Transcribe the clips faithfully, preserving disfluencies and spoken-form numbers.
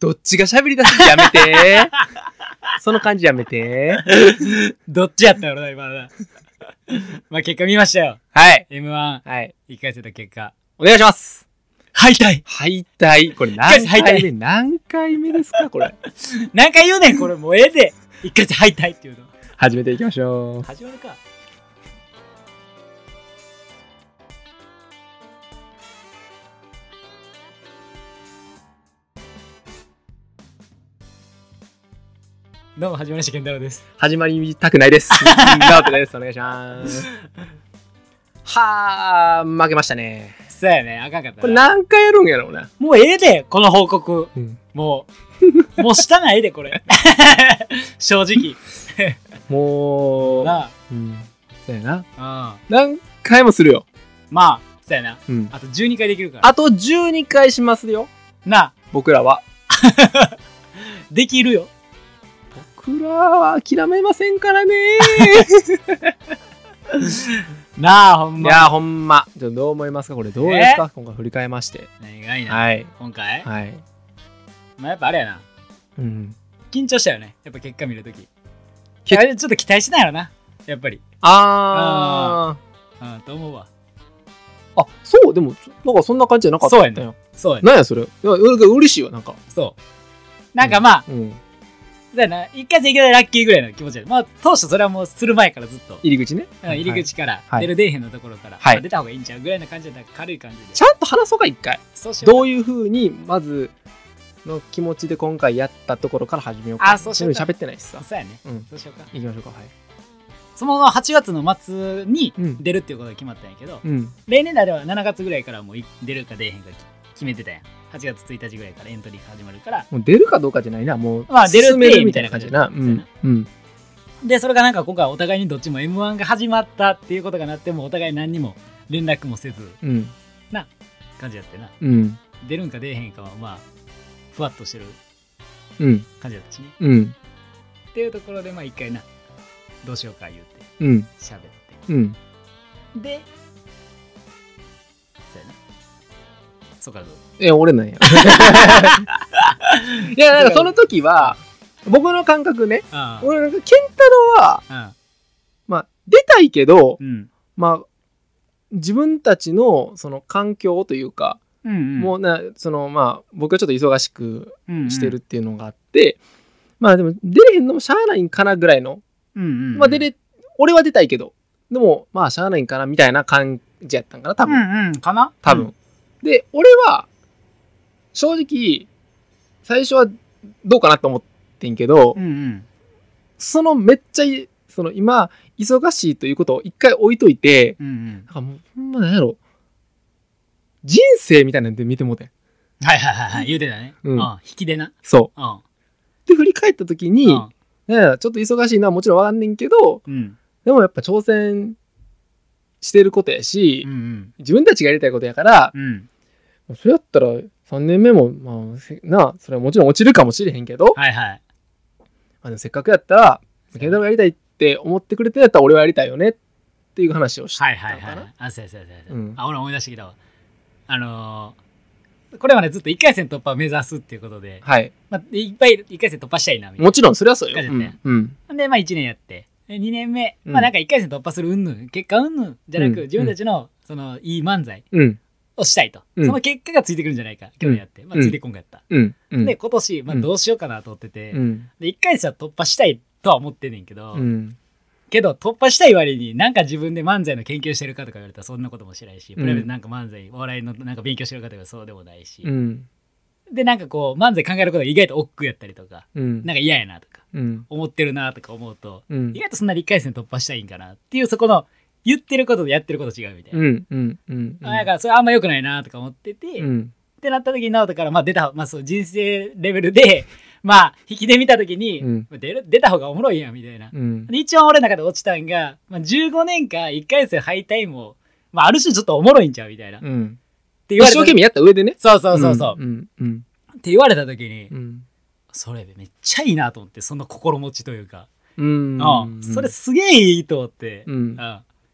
どっちが喋り出すってやめてその感じやめてどっちやったやろな今なまあ結果見ましたよ。 はいエムワンはいいっかい戦の結果お願いします。 敗退敗退これ何回目何回目ですかこれ何回言うねんこれもうええでいっかい戦敗退っていうの始めていきましょう。 始まるか。どうも始まりました健太郎です。 始まりたくないですナオトです。お願いしますはあ負けましたね。 そうやねあかんかったな。 これ何回やるんやろうな。 もうええでこの報告、うん、もうもうしたないでこれ正直もうなあうんそうやな、うん、 何回もするよ。 まあそうやな、 うん、 あとじゅうにかいできるからあとじゅうにかいしますよなあ僕らはできるよ。 僕らは諦めませんからねなあほんま。 いやほんまちょっとどう思いますかこれどうですか、えー、今回振り返りまして何がいいな、 はい、 今回はいまあやっぱあれやな、 うん、 緊張したよねやっぱ結果見るとき。あれちょっと期待しないやろなやっぱり。 あああと思うわ。 あそうでもなんかそんな感じじゃなかったよ。 そうやねそうやね。 なんやそれいや嬉しいわなんか。 そうなんかまあ、 うんうんそうやな、一回戦いけないラッキーぐらいの気持ちや。まあ当初それはもうする前からずっと入り口ね、 うん、入り口から、 はい、 出る出えへんのところから、 はいまあ、出た方がいいんちゃうぐらいの感じで軽い感じでちゃんと話そうか一回。 そうしよう。 どういう風にまずの気持ちで今回やったところから始めようか。 あそうしようか。 喋ってないしさ。 そうやね、 うん、 そうしようか。 行きましょうか。はい。 そのはちがつの末に出るっていうことが決まったんやけど、うん、例年であればしちがつぐらいからもう出るか出えへんか決めてたやん。はちがつついたちぐらいからエントリー始まるからもう出るかどうかじゃないなもう、 まあ、出るってみたいな感じだな、うんうん、 でそれがなんか今回お互いにどっちも エムワン が始まったっていうことがなってもお互い何にも連絡もせず、うん、な感じやってな、うん、出るんか出えへんかはまあふわっとしてる感じだったしね、うん、っていうところでまあ一回などうしようか言うて喋、うん、って、うん、でそうやなそうかどうえ俺なんやいやなんかその時は僕の感覚ね、ああ俺なんか健太郎は、ああまあ出たいけど、うん、まあ自分たちのその環境というか、うんうん、もうなそのまあ僕はちょっと忙しくしてるっていうのがあって、うんうん、まあでも出れへんのもしゃあないんかなぐらいの、うんうんうん、まあ出れ俺は出たいけどでもまあしゃあないんかなみたいな感じやったんかな多分、 うんうん、かな多分、うん、で俺は正直最初はどうかなと思ってんけど、うんうん、そのめっちゃその今忙しいということを一回置いといて、うんうん、なんかもうほんまなんやろ人生みたいなんで見てもうてん。 はいはいはいはい言うてたね、うん、ああ引きでなそう、うん、で振り返った時に、うん、ちょっと忙しいのはもちろんわかんねんけど、うん、でもやっぱ挑戦してることやし、うんうん、自分たちがやりたいことやから、うん、それやったらさんねんめもまあなそれはもちろん落ちるかもしれへんけど、はいはい、まあ、でもせっかくやったら健太郎がやりたいって思ってくれてやったら俺はやりたいよねっていう話をしたのかな。はいはいはい。あ、そうそうそうそう、うん、あ、俺思い出してきたわ。あのー、これはねずっといっかい戦突破を目指すっていうことで、はい、まあ、いっぱいいっかい戦突破したいなみたいな。 もちろんそれはそうよ。 うんうん、でまあいちねんやってにねんめ、うん、まあなんかいっかい戦突破するうんぬん結果うんぬんじゃなく、うん、自分たちのそのいい漫才、うんをしたいと、うん、その結果がついてくるんじゃないか去年やって、うん、まあ、ついてこんかやった、うんうん、で今年、まあ、どうしようかなと思ってて、うん、でいっかい戦は突破したいとは思ってんねんけど、うん、けど突破したい割になんか自分で漫才の研究してるかとか言われたらそんなこともしないし、うん、プライベートなんか漫才お笑いのなんか勉強してるかとかそうでもないし、うん、でなんかこう漫才考えることが意外と億劫やったりとか、うん、なんか嫌やなとか、うん、思ってるなとか思うと、うん、意外とそんなにいっかい戦突破したいんかなっていうそこの言ってることとやってること違うみたいな、うんうんうん、なんかそれあんま良くないなとか思ってて、うん、ってなった時に直人からまあ出た、まあ、そう人生レベルでまあ引きで見た時に、うん、出る出た方がおもろいやんみたいな、うん、で一番俺の中で落ちたんが、まあ、じゅうごねんかんいっかい戦敗退も、まあ、ある種ちょっとおもろいんちゃうみたいな、うん、って言われた一生懸命やった上でねそうそうそうそう、うんうんうん、って言われた時に、うん、それでめっちゃいいなと思ってその心持ちというか、うん、ああそれすげえいいと思って、うん、ああ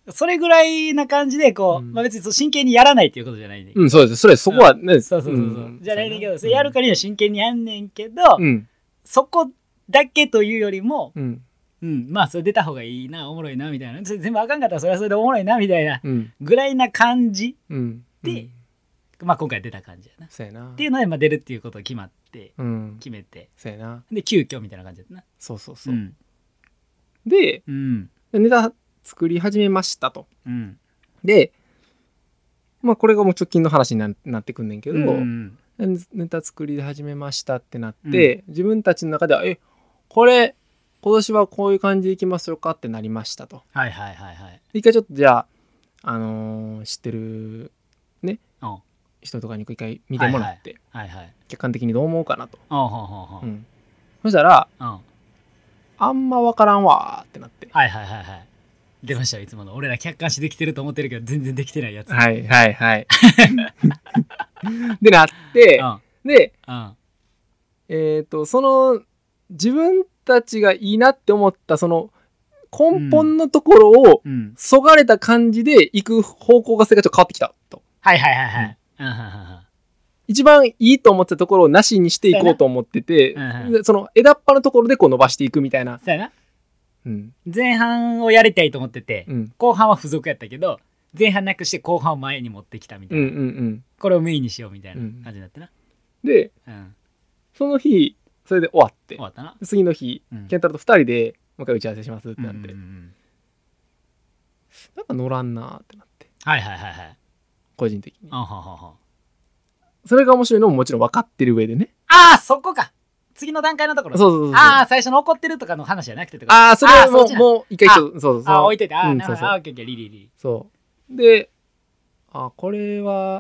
それぐらいな感じでこう、うん、まあ別にそう真剣にやらないっていうことじゃないね。 うんそうです。それそこはね、うん、 そうそうそうそう、うん、じゃないんだけど、それやるからには真剣にやんねんけど、うん、そこだけというよりも、うんうん、まあそれ出た方がいいなおもろいなみたいな、全部あかんかったらそれはそれでおもろいなみたいなぐらいな感じで、うんうん、まあ今回出た感じやな。そうやなっていうので、まあ、出るっていうことを決まって、うん、決めてそうやなで急遽みたいな感じだったな。 そうそうそう、うん、で、うん、ネタ作り始めましたと、うん、でまあこれがもう直近の話に な, なってくんねんけど、うんうん、ネタ作り始めましたってなって、うん、自分たちの中ではえこれ今年はこういう感じでいきますよかってなりましたと。 はいはいはいはい。 一回ちょっとじゃあ、あのー、知ってるね、うん、人とかに一回見てもらって、はいはいはいはい、客観的にどう思うかなと。うん、そしたら、うん、あんま分からんわってなって。 はいはいはいはい。出ましたよいつもの。俺ら客観視できてると思ってるけど全然できてないやつ。 はいはいはい。でなって、うん、で、うん、えっとその自分たちがいいなって思ったその根本のところをそがれた感じで行く方向性がちょっと変わってきたと。 はいはいはいはい。うん、 一番いいと思ってたところをなしにしていこうと思ってて、うん、その枝っぱのところでこう伸ばしていくみたいな。 そうやな。うん、前半をやりたいと思ってて、うん、後半は付属やったけど前半なくして後半を前に持ってきたみたいな、うんうんうん、これをメインにしようみたいな感じになってな。 で、うん、その日それで終わって終わったな。 次の日、うん、ケンタロウとふたりでもう一回打ち合わせしますってなって、うんうんうん、なんか乗らんなーってなって、 はいはいはいはい、 個人的に。 あははは。 それが面白いのももちろん分かってる上でね。 ああそこか。次の段階のところ。 そうそうそうそう。 ああ最初の怒ってるとかの話じゃなくてとか。 ああそれはもうもう一回ちょっとそうそう。 ああ置いてて、ああ、うん、 そうそう。 ああオッケーオッケーリリリ。 そうで、あこれは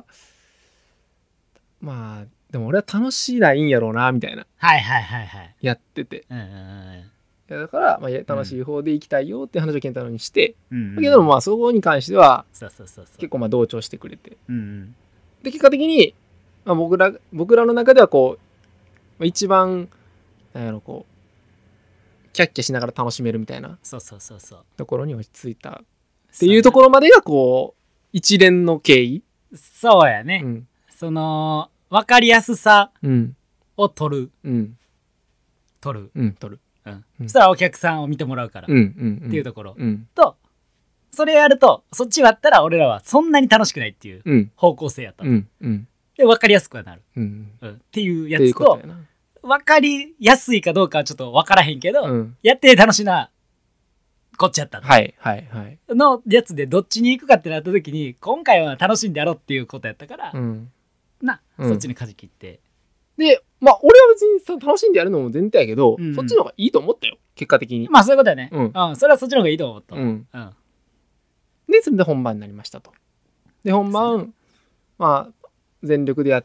まあでも俺は楽しいないんやろうなみたいな。 はいはいはいはい。 やってて。うんうんうん。いやだから、まあ、楽しい方で行きたいよって話を健太郎にして、うん、だけどまあそこに関しては結構まあ同調してくれて、うんうん、で結果的に、まあ、僕ら僕らの中ではこう一番なんやろこうキャッキャしながら楽しめるみたいなところに落ち着いたっていうところまでがこう一連の経緯。 そうやね、うん、その分かりやすさを取る、うん、取る、 うん、取る、 うん、そしたらお客さんを見てもらうから、うんうんうん、っていうところ、うん、とそれやるとそっち割ったら俺らはそんなに楽しくないっていう方向性やった、うんうん、で分かりやすくはなる、うんうん、っていうやつと分かりやすいかどうかはちょっと分からへんけど、うん、やって楽しいなこっちやったはいはいはいのやつでどっちに行くかってなった時に今回は楽しんでやろうっていうことやったから、うん、な、うん、そっちに舵切ってでまあ俺は別にさ楽しんでやるのも前提やけど、うんうん、そっちの方がいいと思ったよ結果的に。まあそういうことやね、うんうん、それはそっちの方がいいと思った、うんうん、 でそれで本番になりましたと。で本番まあ全力でやって、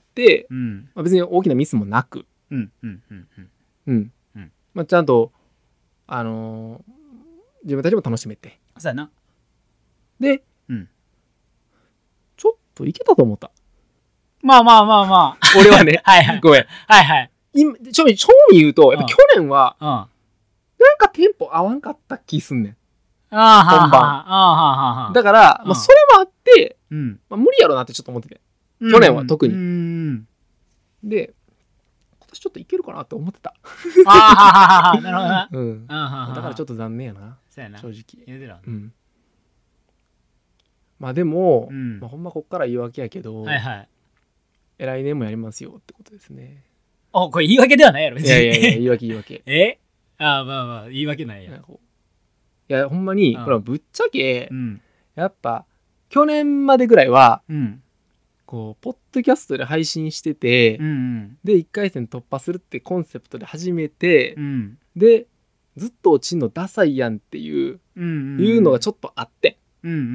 うんまあ、別に大きなミスもなく、うんうんうんうんうんうんまあ、ちゃんとあのー、自分たちも楽しめて。 そうやな。 で、うん、ちょっといけたと思った。 まあまあまあまあ。 俺はね。 はいはい。 ごめん。 はいはい。 今、ちょい、正味言うと、やっぱ去年は、うん、なんかテンポ合わんかった気すんねん。 ああ、 本番。 ああ、ははだから、まあ、それもあって、うんまあ、無理やろなってちょっと思ってて。去年は特に。うん、で、今年ちょっといけるかなって思ってた。 ああ、はははなるほどな。うん。 だからちょっと残念やな。 そうやな。 正直。 言うてろ。 うん。まあでも、うん、まあ、ほんまこっから言い訳やけど、はいはい。来年もやりますよってことですね。 あ、これ言い訳ではないやろ別に。 いやいやいや言い訳言い訳。 え？ああまあまあ言い訳ないや。いやほんまにこれはぶっちゃけ、うん、やっぱ去年までぐらいは、うん、こうポッドキャストで配信してて、うんうん、でいっかい戦突破するってコンセプトで始めて、うん、でずっと落ちんのダサいやんっていう、うんうんうん、いうのがちょっとあって、うんうんうんうん、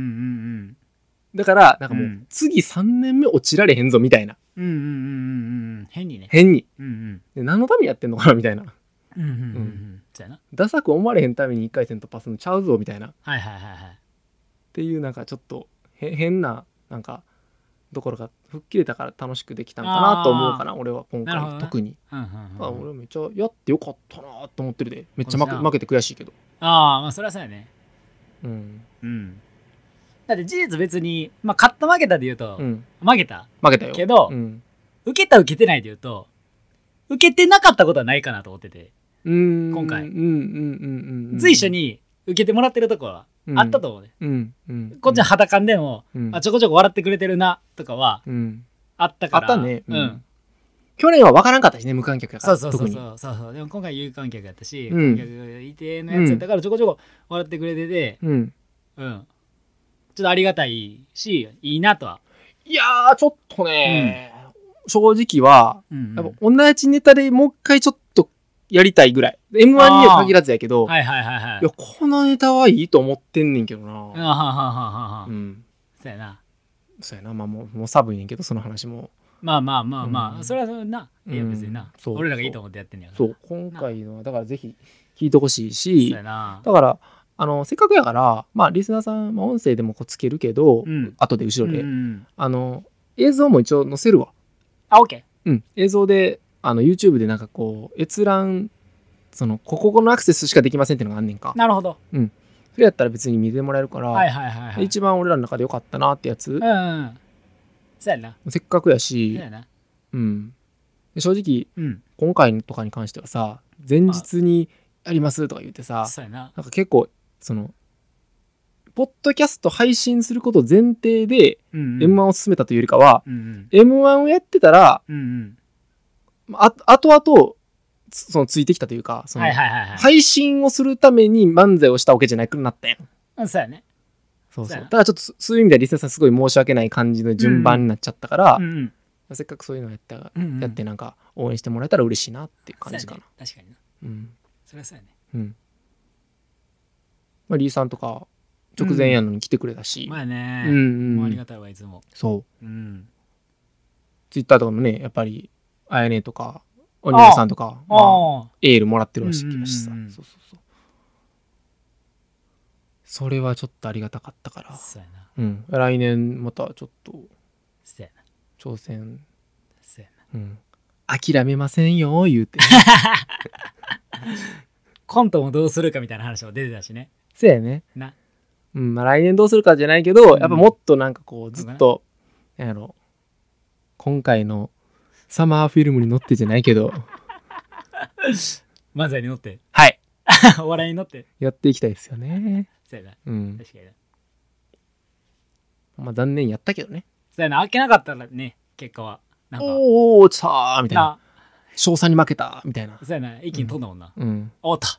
だからなんかもう次さんねんめ落ちられへんぞみたいな。 うんうんうんうんうん、変にね変に、うんうん、で何のためにやってんのかなみたいな、うんうんうんうん、そうやなダサく思われへんためにいっかい戦突破するのちゃうぞみたいな、 はいはいはいはい、 っていうなんかちょっとへ変ななんかところが吹っ切れたから楽しくできたんかなと思うかな俺は今回、ね、特に、うんうんうん、俺はめっちゃやってよかったなと思ってるでめっちゃ負け、負けて悔しいけどああまあそれはそうやねうんうんだって事実別に、まあ、勝った負けたで言うと、うん、負けた負けたよけど、うん、受けた受けてないで言うと受けてなかったことはないかなと思ってて、 うーん今回、 うんうんうんうん、 随所に受けてもらってるとこはあったと思うね、 うんうんうん、 こっちは肌感でも、うん、あちょこちょこ笑ってくれてるなとかは、 うん、 あったからあったね、うんうん、去年は分からんかったしね無観客やからそうそうそうそうそうそうでも今回有観客やったし、うん、観客いてのやつやったからちょこちょこ笑ってくれててうん、 うん、ちょっとありがたいしいいなとは。 いやーちょっとね、うん、正直は、うんうん、やっぱ同じネタでもう一回ちょっとやりたいぐらい エムワン には限らずやけど、 はいはいはいはい、 いやこのネタはいいと思ってんねんけどな。 あはははは、 うん、 そうやなそうやなまあもうもう寒いねんけどその話もまあまあまあまあ、うん、それはそれな、うん、いや別にな、そう俺らがいいと思ってやってんねやから。 そう今回のはだからぜひ聞いてほしいし、 そうやなだからあのせっかくやからまあリスナーさん、まあ、音声でもこうつけるけど、うん、後で後ろで、うんうん、あの映像も一応載せるわ。 あ、OK。 うん映像であの YouTube でなんかこう閲覧そのここのアクセスしかできませんっていうのがあんねんか。 なるほど。 うん。それやったら別に見てもらえるから、 はいはいはいはい、 一番俺らの中で良かったなってやつ。 うん、うん。そうやな。 せっかくやし、 そうやな。 うん。正直、 うん、 今回とかに関してはさ、前日にやりますとか言ってさ、 そうやな。 なんか結構そのポッドキャスト配信すること前提で エムワン を進めたというよりかは、 うんうん、 エムワン をやってたら、 うんうん、 あ後々そのついてきたというかその、 はいはいはいはい、 配信をするために漫才をしたわけじゃなくなったやん。 そうやね。 そうそう。だからちょっとそういう意味ではリスナーさんすごい申し訳ない感じの順番になっちゃったから、 うんうん、 せっかくそういうのをやった、 うんうん、 やってなんか応援してもらえたら嬉しいなっていう感じかな。 ね、確かにな。 うん。 それはそうやね。 うん。まあリーさんとか直前やのに来てくれたし、 うん、まあね、 うんうん、 もうありがたいわいつも。 そう。 うん。 ツイッターとかもねやっぱりあやねとかおにぎりさんとかまあエールもらってるらしいしさ、うんうんうん、そうそうそう。それはちょっとありがたかったから。 そうやな。 うん。来年またちょっとそうやな。 挑戦。 そうやな。 うん。諦めませんよ言うて。 コントもどうするかみたいな話も出てたしね。 そうやね。 な。 うん。まあ来年どうするかじゃないけど、うん、やっぱもっとなんかこうずっと、うん、なんやろ今回のサマーフィルムに乗ってじゃないけど漫才に乗ってはいお笑いに乗ってやっていきたいですよね。 そうやな、 うん、 確かにな。 まあ残念やったけどね。 そうやな、開けなかったらね結果はなんかおー落ちたーみたいな、賞賛に負けたみたいな。 そうやな、一気に飛んだもんな。 うん、 おった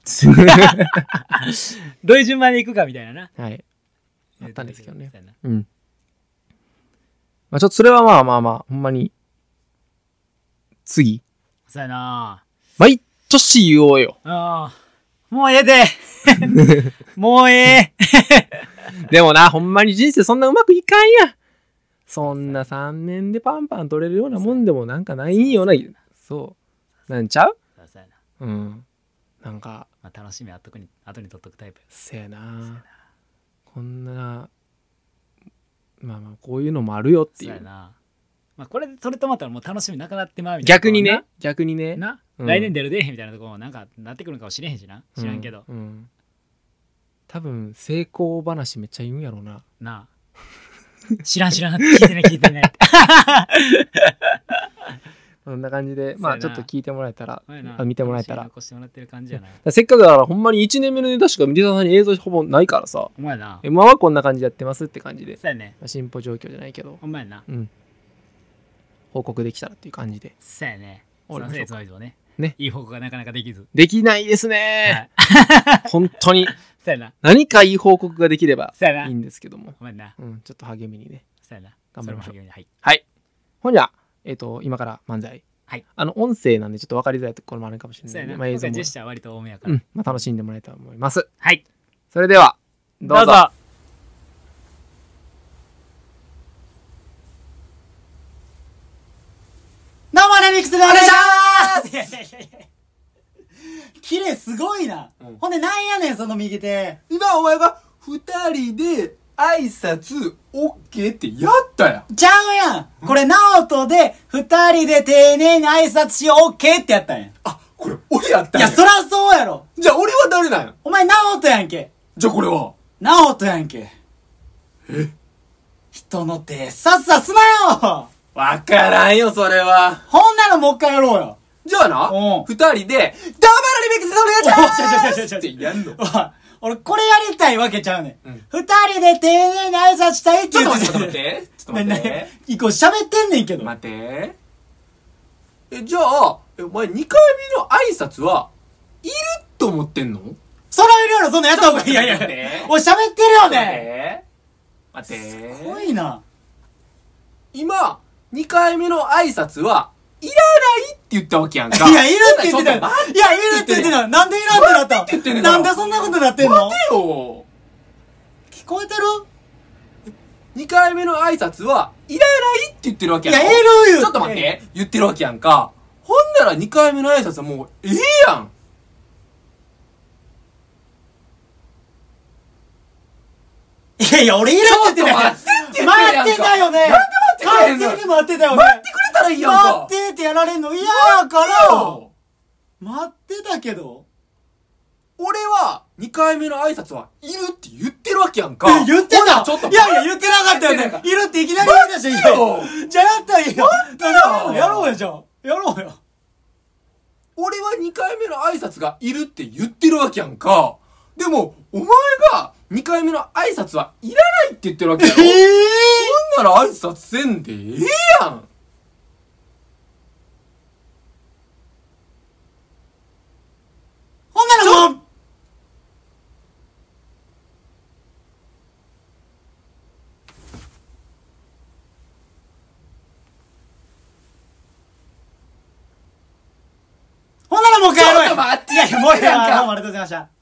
どういう順番でいくかみたいなな。 はいあったんですけどね。うん。まあちょっとそれはまあまあまあほんまに次そうやな、 毎年言おうよ。 ああもうええでもうええでもなほんまに人生そんなうまくいかんや。そんなさんねんでパンパン取れるようなもんでもなんかないような。そうなんちゃう。 そうやな。うんなんか、 まあ、楽しみは特に後に取っとくタイプや。 せやなこんなまあまあこういうのもあるよっていう。 そうやな、まあ、これでそれとまたらもう楽しみなくなってまうみたいな。逆にね逆にねな、うん、来年出るでみたいなところもなんかなってくるかもしれへんしな、知らんけど、 うんうん、多分成功話めっちゃ言うんやろうな。 なあ知らん知らん聞いてね聞いてねこんな感じでまあちょっと聞いてもらえたら見てもらえたら残してもらってる感じやな。 せっかくだからほんまにいちねんめのネタしかリサさんに映像ほぼないからさ。 お前なエムワン はこんな感じでやってますって感じで。 そうやね、 進歩状況じゃないけどお前な、 うん、報告できたらっていう感じで。 そうやね。すいませんいつもいつもねね、 いい報告がなかなかできず。 できないですね、はい、本当にそうやな、 何かいい報告ができればいいんですけども、 お前な、 うん、ちょっと励みにねそうやな頑張りましょう。 はい、 はい、ほんじゃえっ、ー、と今から漫才、 はい、 あの音声なんでちょっと分かりづらいところもあるかもしれないので、 まあ、映像もジェスチャー割と多めやから、 うんまあ、楽しんでもらえたらと思います。 はい、 それではどうぞ。 どうぞ。どうもレミックスでお願いします。いやいやいやいや綺麗すごいな、うん、ほんでなんやねんその右手。 今お前が二人で挨拶オッケーってやったやん。 ちゃうやん、これナオトで二人で丁寧に挨拶しようオッケーってやったんや。 あ、これ俺やったんや。 いやそらそうやろ。 じゃあ俺は誰なんや。 お前ナオトやんけ。 じゃあこれはナオトやんけ。 ええ人の手さっさすなよ。 わからんよ、それは。 ほんならもう一回やろうよ。 じゃあな、二人で、どうもラリベックスお願いしますってやんの。 俺、これやりたいわけちゃうねん。二、うん、人で丁寧に挨拶したいって言って。 ちょっと待って、ちょっと待って。ちょっと待って。 一個喋ってんねんけど。 待って。え、じゃあ、え、お前にかいめの挨拶は、いると思ってんの？ そらいるやろ、そんなやった方がいい。いやいやいや。おい、喋ってるよね。 待って。 すごいな。 今、にかいめの挨拶は、いらないって言ったわけやんか。 いや、いるって言ってた。いや、いるって言ってた。なんでいらんってなったの？なんでそんなことなってんの？ 待てよ。 聞こえてる？ にかいめの挨拶は、いらないって言ってるわけやんか。 いや、いるよ。 ちょっと待って。言ってるわけやんか。ほんならにかいめの挨拶はもう、ええやん。 いやいや、俺いるって言ってたよ。待ってたよね。 なんで待ってくれんの？ 完全に待ってたよね。 待ってくれたらいいやんか。 待ってってやられんの嫌やから。待ってたけど。 俺は、にかいめの挨拶はいるって言ってるわけやんか。 え、言ってた？ ちょっと。 いやいや、言ってなかったよね。いるっていきなり言い出したよ。じゃあやったらいいよ。やろうよ、じゃあ。やろうよ。 俺はにかいめの挨拶がいるって言ってるわけやんか。でも、お前がにかいめの挨拶はいらないって言ってるわけやろ。えぇ、ー、そんなら挨拶せんでええやん。 ほんならもうほんならもう一回やろうよ。 ちょっと待って。 いやいや、もう一回やろう。どうもありがとうございました。